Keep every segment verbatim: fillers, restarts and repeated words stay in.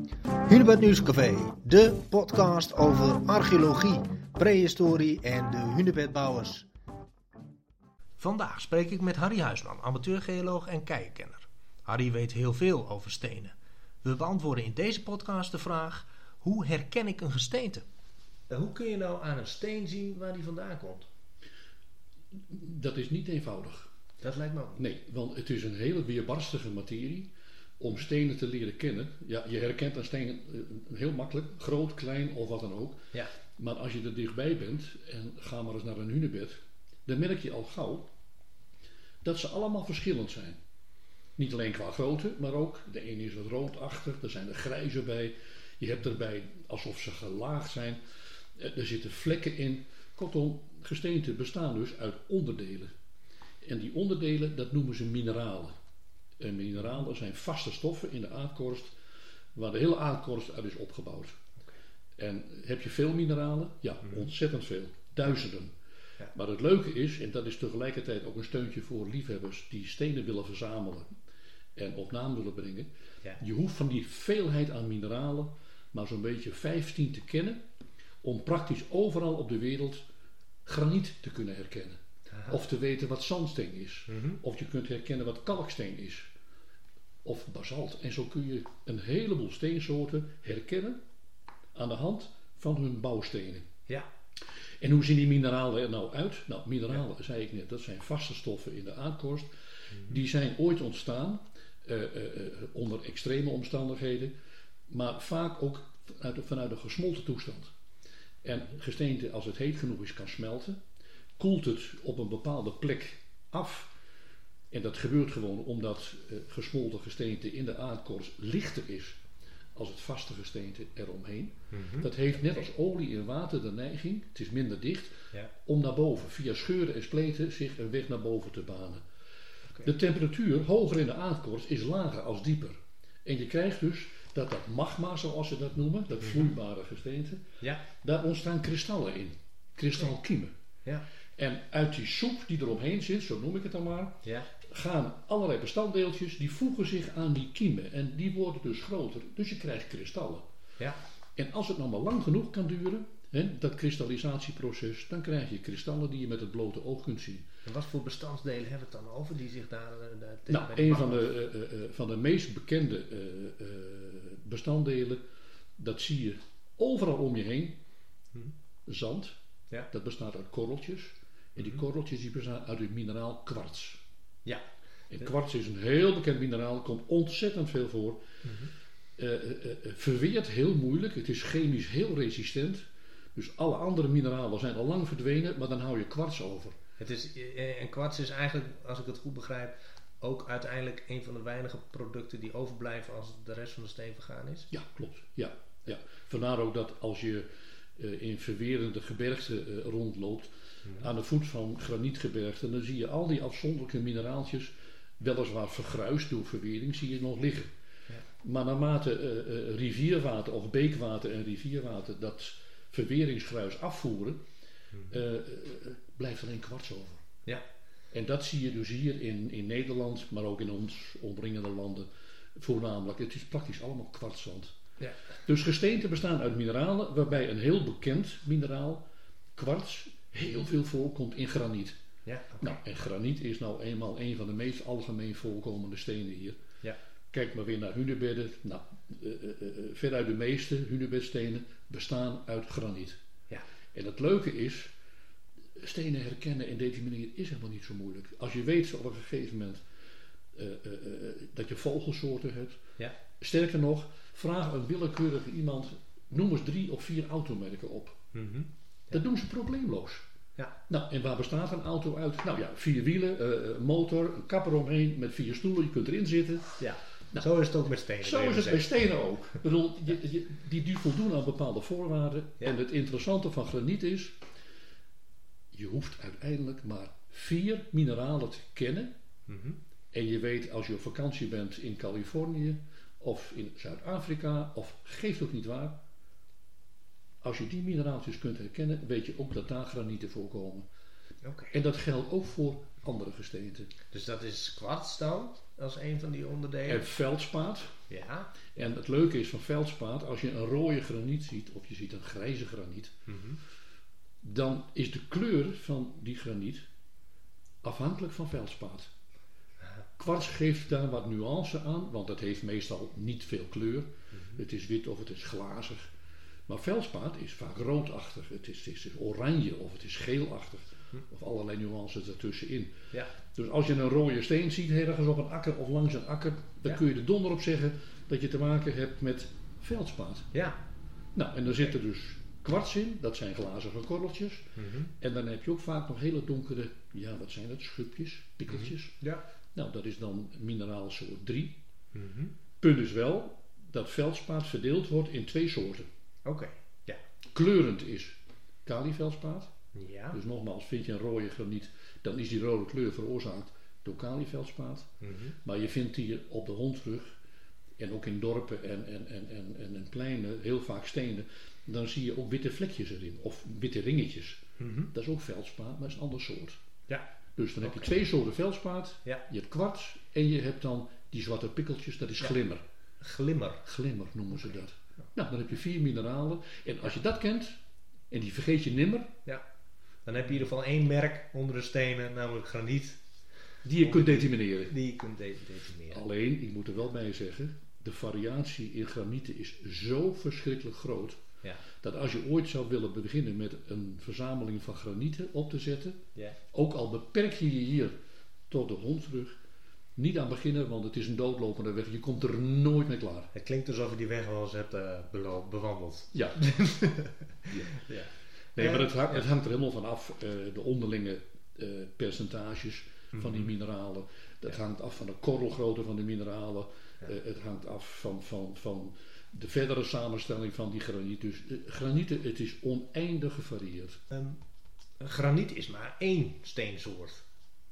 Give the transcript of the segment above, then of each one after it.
Hunebed Nieuwscafé, de podcast over archeologie, prehistorie en de hunebedbouwers. Vandaag spreek ik met Harry Huisman, amateurgeoloog en kijkkenner. Harry weet heel veel over stenen. We beantwoorden in deze podcast de vraag: hoe herken ik een gesteente? Hoe kun je nou aan een steen zien waar die vandaan komt? Dat is niet eenvoudig. Dat lijkt me ook niet. Nee, want het is een hele weerbarstige materie om stenen te leren kennen. Ja, je herkent een steen heel makkelijk, groot, klein of wat dan ook. Ja. Maar als je er dichtbij bent en ga maar eens naar een hunebed, dan merk je al gauw dat ze allemaal verschillend zijn. Niet alleen qua grootte, maar ook de ene is wat roodachtig, er zijn er grijze bij. Je hebt erbij alsof ze gelaagd zijn. Er zitten vlekken in. Kortom, gesteenten bestaan dus uit onderdelen. En die onderdelen, dat noemen ze mineralen. En mineralen zijn vaste stoffen in de aardkorst, waar de hele aardkorst uit is opgebouwd. En heb je veel mineralen? Ja, ontzettend veel. Duizenden. Ja. Maar het leuke is, en dat is tegelijkertijd ook een steuntje voor liefhebbers die stenen willen verzamelen en op naam willen brengen. Ja. Je hoeft van die veelheid aan mineralen maar zo'n beetje vijftien te kennen om praktisch overal op de wereld graniet te kunnen herkennen. Aha. Of te weten wat zandsteen is. Mm-hmm. Of je kunt herkennen wat kalksteen is. Of basalt. En zo kun je een heleboel steensoorten herkennen aan de hand van hun bouwstenen. Ja. En hoe zien die mineralen er nou uit? Nou, mineralen, ja. zei ik net, dat zijn vaste stoffen in de aardkorst. Mm-hmm. Die zijn ooit ontstaan uh, uh, uh, onder extreme omstandigheden, maar vaak ook uit, vanuit een gesmolten toestand. En gesteente, als het heet genoeg is, kan smelten. Koelt het op een bepaalde plek af. En dat gebeurt gewoon omdat uh, gesmolten gesteente in de aardkorst lichter is als het vaste gesteente eromheen. Mm-hmm. Dat heeft net als olie in water de neiging, het is minder dicht, ja. om naar boven, via scheuren en spleten, zich een weg naar boven te banen. Okay. De temperatuur hoger in de aardkorst is lager als dieper. En je krijgt dus dat dat magma, zoals ze dat noemen, dat vloeibare gesteente, ja. daar ontstaan kristallen in. Kristalkiemen. Ja. En uit die soep die eromheen zit, zo noem ik het dan maar, ja. gaan allerlei bestanddeeltjes, die voegen zich aan die kiemen. En die worden dus groter. Dus je krijgt kristallen. Ja. En als het nog maar lang genoeg kan duren, hè, dat kristallisatieproces, dan krijg je kristallen die je met het blote oog kunt zien. En wat voor bestandsdelen hebben we het dan over die zich daar... Uh, nou, een van de, uh, uh, van de meest bekende uh, uh, bestanddelen, dat zie je overal om je heen. Hmm. Zand, ja. dat bestaat uit korreltjes. En die korreltjes die bestaan uit het mineraal kwarts. Ja. En kwarts is een heel bekend mineraal, komt ontzettend veel voor. Mm-hmm. Uh, uh, uh, verweert heel moeilijk, het is chemisch heel resistent. Dus alle andere mineralen zijn al lang verdwenen, maar dan hou je kwarts over. Het is, en kwarts is eigenlijk, als ik het goed begrijp, ook uiteindelijk een van de weinige producten die overblijven als de rest van de steen vergaan is? Ja, klopt. Ja, ja. Vandaar ook dat als je uh, in verwerende gebergten uh, rondloopt, mm-hmm. aan de voet van granietgebergten, dan zie je al die afzonderlijke mineraaltjes, weliswaar vergruisd door verwering, zie je nog liggen. Ja. Maar naarmate uh, uh, rivierwater of beekwater en rivierwater dat verweringsgruis afvoeren, mm-hmm. uh, uh, blijft alleen kwarts over. Ja. En dat zie je dus hier in, in Nederland, maar ook in ons omringende landen voornamelijk. Het is praktisch allemaal kwartszand. Ja. Dus gesteenten bestaan uit mineralen, waarbij een heel bekend mineraal, kwarts, heel veel voorkomt in graniet. Ja, okay. Nou, en graniet is nou eenmaal een van de meest algemeen voorkomende stenen hier. Ja. Kijk maar weer naar hunebedden. Nou, uh, uh, uh, veruit de meeste hunebedstenen bestaan uit graniet. Ja. En het leuke is, stenen herkennen en determineren is helemaal niet zo moeilijk. Als je weet op een gegeven moment uh, uh, uh, dat je vogelsoorten hebt. Ja. Sterker nog, vraag een willekeurige iemand, noem eens drie of vier automerken op. Mm-hmm. Ja. Dat doen ze probleemloos. Ja. Nou, en waar bestaat een auto uit? Nou ja, vier wielen, uh, motor, een kap eromheen met vier stoelen, je kunt erin zitten. Ja. Nou, zo is het ook met stenen. Zo is het bij stenen ook. Ik bedoel, je, je, die, die voldoen aan bepaalde voorwaarden. Ja. En het interessante van graniet is, je hoeft uiteindelijk maar vier mineralen te kennen. Mm-hmm. En je weet, als je op vakantie bent in Californië of in Zuid-Afrika, of geeft ook niet waar, als je die mineraaltjes kunt herkennen, weet je ook dat daar granieten voorkomen. Okay. En dat geldt ook voor andere gesteenten. Dus dat is kwarts dan, als een van die onderdelen? En veldspaat. Ja. En het leuke is van veldspaat, als je een rode graniet ziet, of je ziet een grijze graniet, Mm-hmm. dan is de kleur van die graniet afhankelijk van veldspaat. Kwarts geeft daar wat nuance aan, want het heeft meestal niet veel kleur. Mm-hmm. Het is wit of het is glazig. Maar veldspaat is vaak roodachtig, het is, het is oranje of het is geelachtig. Of allerlei nuances ertussenin. Ja. Dus als je een rode steen ziet ergens op een akker of langs een akker, dan Ja. kun je er donder op zeggen dat je te maken hebt met veldspaat. Ja. Nou, en er zit er dus kwarts in, dat zijn glazige korreltjes. Mm-hmm. En dan heb je ook vaak nog hele donkere, ja wat zijn dat, schubjes, pikkeltjes. Ja. Nou, dat is dan mineraal soort drie. Mm-hmm. Punt is wel dat veldspaat verdeeld wordt in twee soorten. Oké. Okay. Ja. Kleurend is kaliveldspaat. Ja. Dus nogmaals, vind je een rode graniet, dan is die rode kleur veroorzaakt door kaliveldspaat. Mm-hmm. Maar je vindt hier op de Hondrug en ook in dorpen en, en, en, en, en in pleinen heel vaak stenen. Dan zie je ook witte vlekjes erin of witte ringetjes. Mm-hmm. Dat is ook veldspaat, maar dat is een ander soort. Ja. Dus dan heb Oké. je twee soorten veldspaat. Ja. Je hebt kwarts en je hebt dan die zwarte pikkeltjes, dat is Ja. glimmer. Glimmer. Glimmer noemen ze Oké. dat. Nou, dan heb je vier mineralen. En als je dat kent, en die vergeet je nimmer, Dan heb je in ieder geval één merk onder de stenen, namelijk graniet, die je kunt determineren. die je kunt de- defineren. Alleen, ik moet er wel bij zeggen, de variatie in granieten is zo verschrikkelijk groot, Ja. dat als je ooit zou willen beginnen met een verzameling van granieten op te zetten, Ja. ook al beperk je je hier tot de Hondrug, niet aan beginnen, want het is een doodlopende weg. Je komt er nooit mee klaar. Het klinkt alsof je die weg wel eens hebt uh, belo- bewandeld. Ja. Ja. Nee, maar het, ha- Ja. het hangt er helemaal van af, uh, de onderlinge uh, percentages van die Mhm. mineralen. Het Ja. hangt af van de korrelgrootte van de mineralen. Ja. Uh, het hangt af van, van, van de verdere samenstelling van die graniet. Dus uh, granieten, het is oneindig gevarieerd. Um, graniet is maar één steensoort.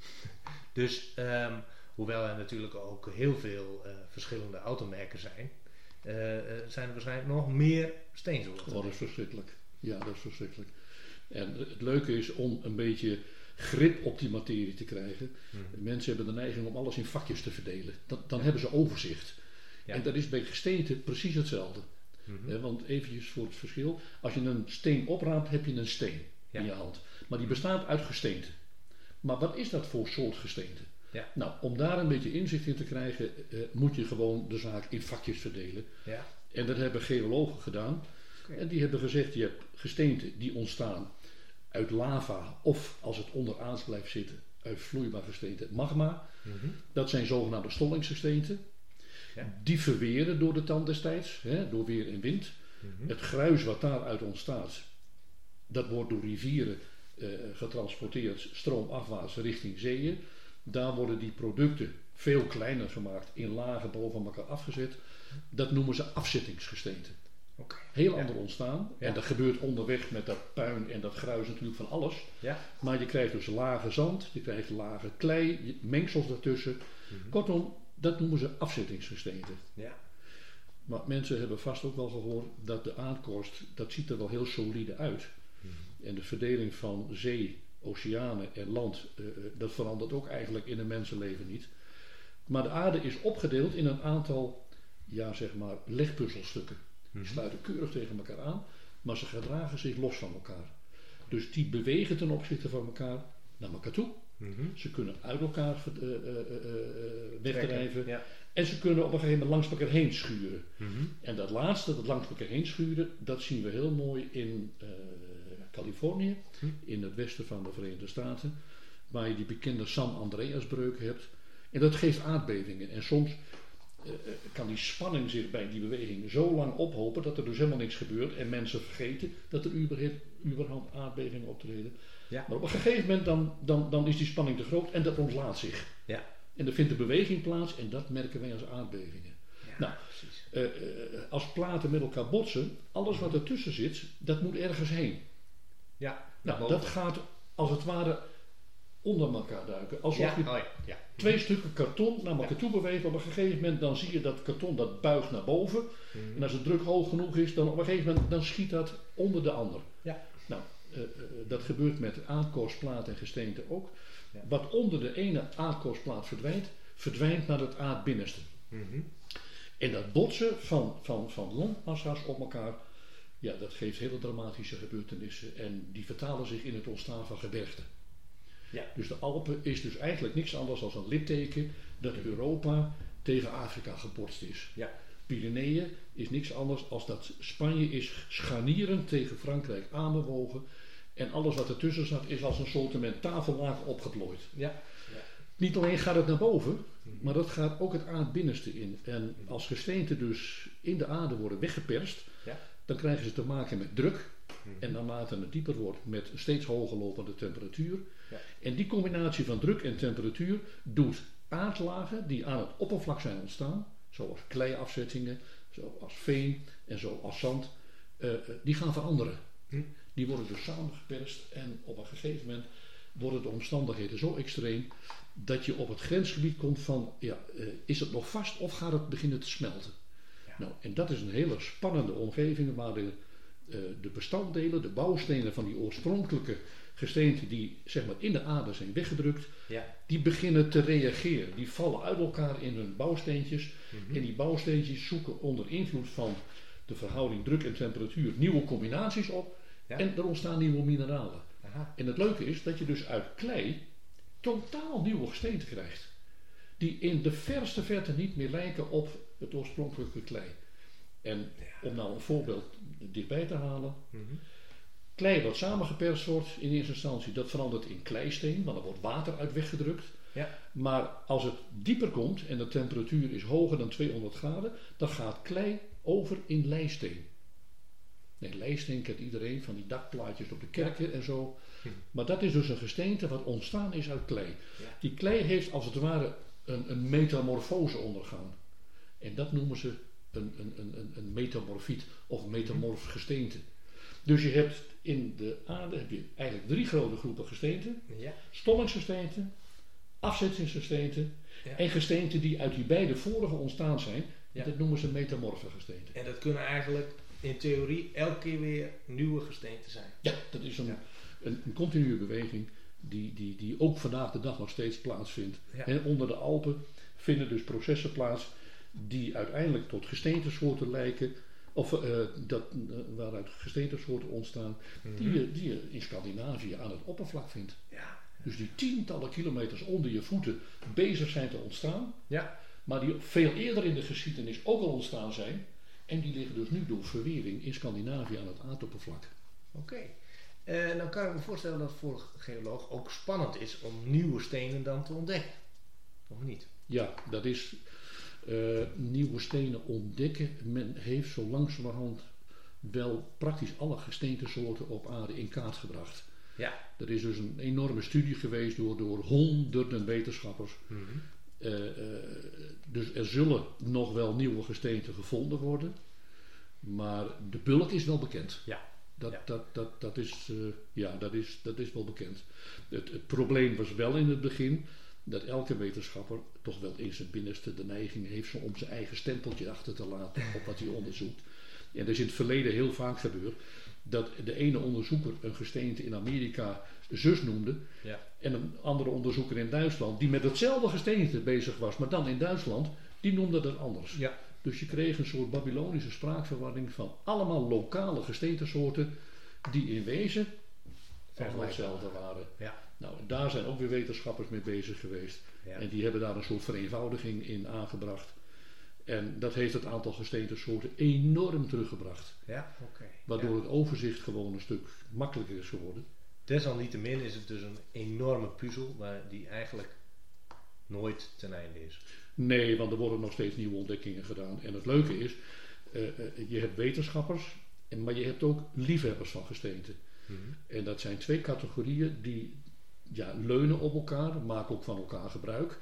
Dus um, hoewel er natuurlijk ook heel veel uh, verschillende automerken zijn, uh, uh, zijn er waarschijnlijk nog meer steensoorten. Oh, dat is verschrikkelijk. Ja, dat is verschrikkelijk. En het leuke is om een beetje grip op die materie te krijgen. Mhm. Mensen hebben de neiging om alles in vakjes te verdelen. Dan, dan Ja. hebben ze overzicht. Ja. En dat is bij gesteente precies hetzelfde. Mhm. He, want eventjes voor het verschil. Als je een steen opraapt, heb je een steen Ja. in je hand. Maar die bestaat uit gesteente. Maar wat is dat voor soort gesteente? Ja. Nou, om daar een beetje inzicht in te krijgen, eh, moet je gewoon de zaak in vakjes verdelen. Ja. En dat hebben geologen gedaan. Okay. En die hebben gezegd, je hebt gesteenten die ontstaan uit lava of als het onderaards blijft zitten, uit vloeibaar gesteente, magma. Mhm. Dat zijn zogenaamde stollingsgesteenten. Ja. Die verweren door de tand destijds, hè, door weer en wind. Mhm. Het gruis wat daaruit ontstaat, dat wordt door rivieren eh, getransporteerd stroomafwaarts richting zeeën. Daar worden die producten veel kleiner gemaakt, in lagen boven elkaar afgezet. Dat noemen ze afzettingsgesteenten. Okay. Heel Ja. ander ontstaan. Ja. En dat gebeurt onderweg met dat puin en dat gruis natuurlijk van alles. Ja. Maar je krijgt dus lage zand, je krijgt lage klei, je- mengsels daartussen. Mhm. Kortom, dat noemen ze afzettingsgesteenten. Ja. Maar mensen hebben vast ook wel gehoord dat de aardkorst, dat ziet er wel heel solide uit. Mhm. En de verdeling van zee, oceanen en land, eh, eh, dat verandert ook eigenlijk in een mensenleven niet. Maar de aarde is opgedeeld in een aantal, ja zeg maar, legpuzzelstukken. Die Mhm. sluiten keurig tegen elkaar aan, maar ze gedragen zich los van elkaar. Dus die bewegen ten opzichte van elkaar naar elkaar toe. Mhm. Ze kunnen uit elkaar uh, uh, uh, wegdrijven. Ja. En ze kunnen op een gegeven moment langs elkaar heen schuren. Mhm. En dat laatste, dat langs elkaar heen schuren, dat zien we heel mooi in uh, Californië, Hm. in het westen van de Verenigde Staten, waar je die bekende San Andreasbreuk hebt. En dat geeft aardbevingen. En soms uh, kan die spanning zich bij die beweging zo lang ophopen dat er dus helemaal niks gebeurt en mensen vergeten dat er überhaupt, überhaupt aardbevingen optreden. Ja. Maar op een gegeven moment dan, dan, dan is die spanning te groot en dat ontlaat zich. Ja. En er vindt een beweging plaats en dat merken wij als aardbevingen. Ja, Nou, precies. Uh, uh, als platen met elkaar botsen, alles wat ertussen zit, dat moet ergens heen. Ja. Nou, boven. dat gaat als het ware onder elkaar duiken. Alsof Ja. je Oh, ja. Ja. twee stukken karton naar elkaar Ja. toe beweegt. Op een gegeven moment dan zie je dat karton dat buigt naar boven. Mhm. En als de druk hoog genoeg is, dan op een gegeven moment dan schiet dat onder de ander. Ja. Nou, Uh, uh, dat gebeurt met aardkorstplaat en gesteente ook. Ja. Wat onder de ene aardkorstplaat verdwijnt, verdwijnt naar het aardbinnenste. Mm-hmm. En dat botsen van, van, van landmassa's op elkaar, ja, dat geeft hele dramatische gebeurtenissen. En die vertalen zich in het ontstaan van gebergten. Ja. Dus de Alpen is dus eigenlijk niks anders dan een litteken dat mm-hmm. Europa tegen Afrika gebotst is. Ja. Pyreneeën is niks anders als dat Spanje is scharnieren tegen Frankrijk aanbewogen. En alles wat ertussen zat is als een soort tafellaken opgeplooid. Ja. Ja. Niet alleen gaat het naar boven, mm-hmm. maar dat gaat ook het aardbinnenste in. En mm-hmm. als gesteenten dus in de aarde worden weggeperst, ja. dan krijgen ze te maken met druk. Mm-hmm. En naarmate het dieper wordt met steeds hoger lopende temperatuur. Ja. En die combinatie van druk en temperatuur doet aardlagen die aan het oppervlak zijn ontstaan, zoals kleiafzettingen, zoals veen en zoals zand, uh, die gaan veranderen. Hm. Die worden dus samengeperst en op een gegeven moment worden de omstandigheden zo extreem dat je op het grensgebied komt van, ja, uh, is het nog vast of gaat het beginnen te smelten? Ja. Nou, en dat is een hele spannende omgeving waar de, uh, de bestanddelen, de bouwstenen van die oorspronkelijke gesteenten die zeg maar in de aarde zijn weggedrukt, ja. die beginnen te reageren. Die vallen uit elkaar in hun bouwsteentjes. Mm-hmm. En die bouwsteentjes zoeken onder invloed van de verhouding druk en temperatuur nieuwe combinaties op. Ja. En er ontstaan nieuwe mineralen. Aha. En het leuke is dat je dus uit klei totaal nieuwe gesteenten krijgt. Die in de verste verte niet meer lijken op het oorspronkelijke klei. En ja. om nou een voorbeeld dichtbij te halen. Mm-hmm. Klei wat samengeperst wordt in eerste instantie, dat verandert in kleisteen, want er wordt water uit weggedrukt. Ja. Maar als het dieper komt en de temperatuur is hoger dan tweehonderd graden, dan gaat klei over in leisteen. Nee, leisteen kent iedereen van die dakplaatjes op de kerken ja. en zo. Hm. Maar dat is dus een gesteente wat ontstaan is uit klei. Ja. Die klei heeft als het ware een, een metamorfose ondergaan. En dat noemen ze een, een, een, een metamorfiet of metamorf gesteente. Dus je hebt in de aarde heb je eigenlijk drie grote groepen gesteenten. Ja. Stollingsgesteenten, afzettingsgesteenten ja. en gesteenten die uit die beide vorige ontstaan zijn. Ja. Dat noemen ze metamorfe gesteenten. En dat kunnen eigenlijk in theorie elke keer weer nieuwe gesteenten zijn. Ja, dat is een, ja. een, een continue beweging die, die, die ook vandaag de dag nog steeds plaatsvindt. Ja. En onder de Alpen vinden dus processen plaats die uiteindelijk tot gesteentesoorten lijken. Of uh, dat, uh, waaruit gesteentesoorten ontstaan, mm-hmm. die, je, die je in Scandinavië aan het oppervlak vindt. Ja. Dus die tientallen kilometers onder je voeten bezig zijn te ontstaan, ja. maar die veel eerder in de geschiedenis ook al ontstaan zijn. En die liggen dus nu door verwering in Scandinavië aan het aardoppervlak. Oké. Okay. Uh, nou kan ik me voorstellen dat het voor een geoloog ook spannend is om nieuwe stenen dan te ontdekken. Of niet? Ja, dat is... Uh, nieuwe stenen ontdekken. Men heeft zo langzamerhand wel praktisch alle gesteentesoorten op aarde in kaart gebracht. Ja. Er is dus een enorme studie geweest door, door honderden wetenschappers. Mm-hmm. Uh, uh, dus er zullen nog wel nieuwe gesteenten gevonden worden. Maar de bulk is wel bekend. Ja. Dat, ja. dat, dat, dat, is, uh, ja, dat, is, dat is wel bekend. Het, het probleem was wel in het begin dat elke wetenschapper toch wel in zijn binnenste de neiging heeft om zijn eigen stempeltje achter te laten op wat hij onderzoekt. En dat is in het verleden heel vaak gebeurd dat de ene onderzoeker een gesteente in Amerika zus noemde ja. en een andere onderzoeker in Duitsland die met hetzelfde gesteente bezig was, maar dan in Duitsland, die noemde dat anders. Ja. Dus je kreeg een soort Babylonische spraakverwarring van allemaal lokale gesteentesoorten die in wezen allemaal hetzelfde waren. Ja. Nou, daar zijn ook weer wetenschappers mee bezig geweest. Ja. En die hebben daar een soort vereenvoudiging in aangebracht. En dat heeft het aantal gesteentesoorten enorm teruggebracht. Ja, okay. Waardoor ja. het overzicht gewoon een stuk makkelijker is geworden. Desalniettemin is het dus een enorme puzzel waar die eigenlijk nooit ten einde is. Nee, want er worden nog steeds nieuwe ontdekkingen gedaan. En het leuke is, uh, uh, je hebt wetenschappers, en, maar je hebt ook liefhebbers van gesteenten. Mm-hmm. En dat zijn twee categorieën die ja, leunen op elkaar, maken ook van elkaar gebruik.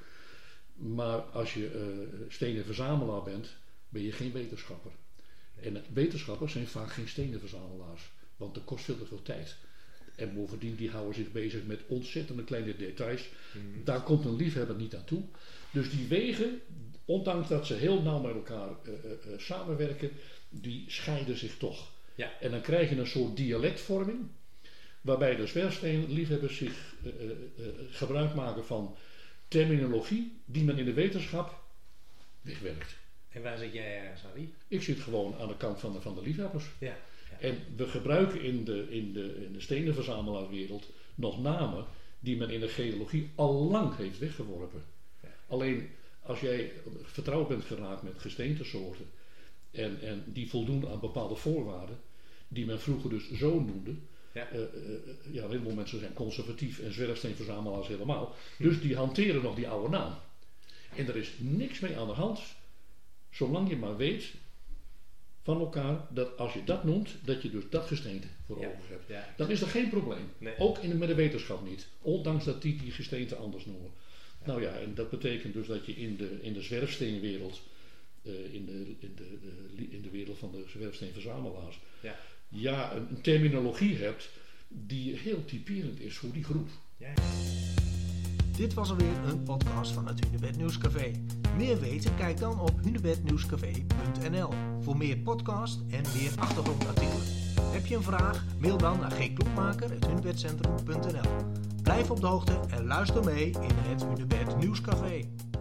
Maar als je uh, stenenverzamelaar bent, ben je geen wetenschapper. Nee. En wetenschappers zijn vaak geen stenenverzamelaars, want dat kost veel te veel tijd. En bovendien, die houden zich bezig met ontzettende kleine details. Mm-hmm. Daar komt een liefhebber niet aan toe. Dus die wegen, ondanks dat ze heel nauw met elkaar uh, uh, uh, samenwerken, die scheiden zich toch. Ja. En dan krijg je een soort dialectvorming, Waarbij de zwerfsteenliefhebbers zich uh, uh, uh, gebruik maken van terminologie die men in de wetenschap wegwerkt. En waar zit jij ergens, Harry? Ik zit gewoon aan de kant van de, van de liefhebbers. Ja, ja. En we gebruiken in de, in de, in de stenenverzamelaarwereld nog namen die men in de geologie al lang heeft weggeworpen. Ja. Alleen als jij vertrouwd bent geraakt met gesteentesoorten en, en die voldoen aan bepaalde voorwaarden, die men vroeger dus zo noemde. Ja, uh, uh, ja een heleboel mensen zijn conservatief en zwerfsteenverzamelaars helemaal. Dus die hanteren nog die oude naam. En er is niks mee aan de hand, zolang je maar weet van elkaar dat als je dat noemt, dat je dus dat gesteente voor ja, ogen hebt. Ja, dan is er geen probleem. Nee. Ook in, met de wetenschap niet. Ondanks dat die die gesteente anders noemen. Ja. Nou ja, en dat betekent dus dat je in de, in de zwerfsteenwereld, uh, in, de, in, de, de, in de wereld van de zwerfsteenverzamelaars, ja, ja een, een terminologie hebt die heel typerend is voor die groep. Ja. Dit was alweer een podcast van het Hunebed Nieuwscafé. Meer weten? Kijk dan op hunebednieuwscafé punt n l voor meer podcast en meer achtergrondartikelen. Heb je een vraag? Mail dan naar g klokmaker apenstaartje hunebedcentrum punt n l. Blijf op de hoogte en luister mee in het Hunebed Nieuwscafé.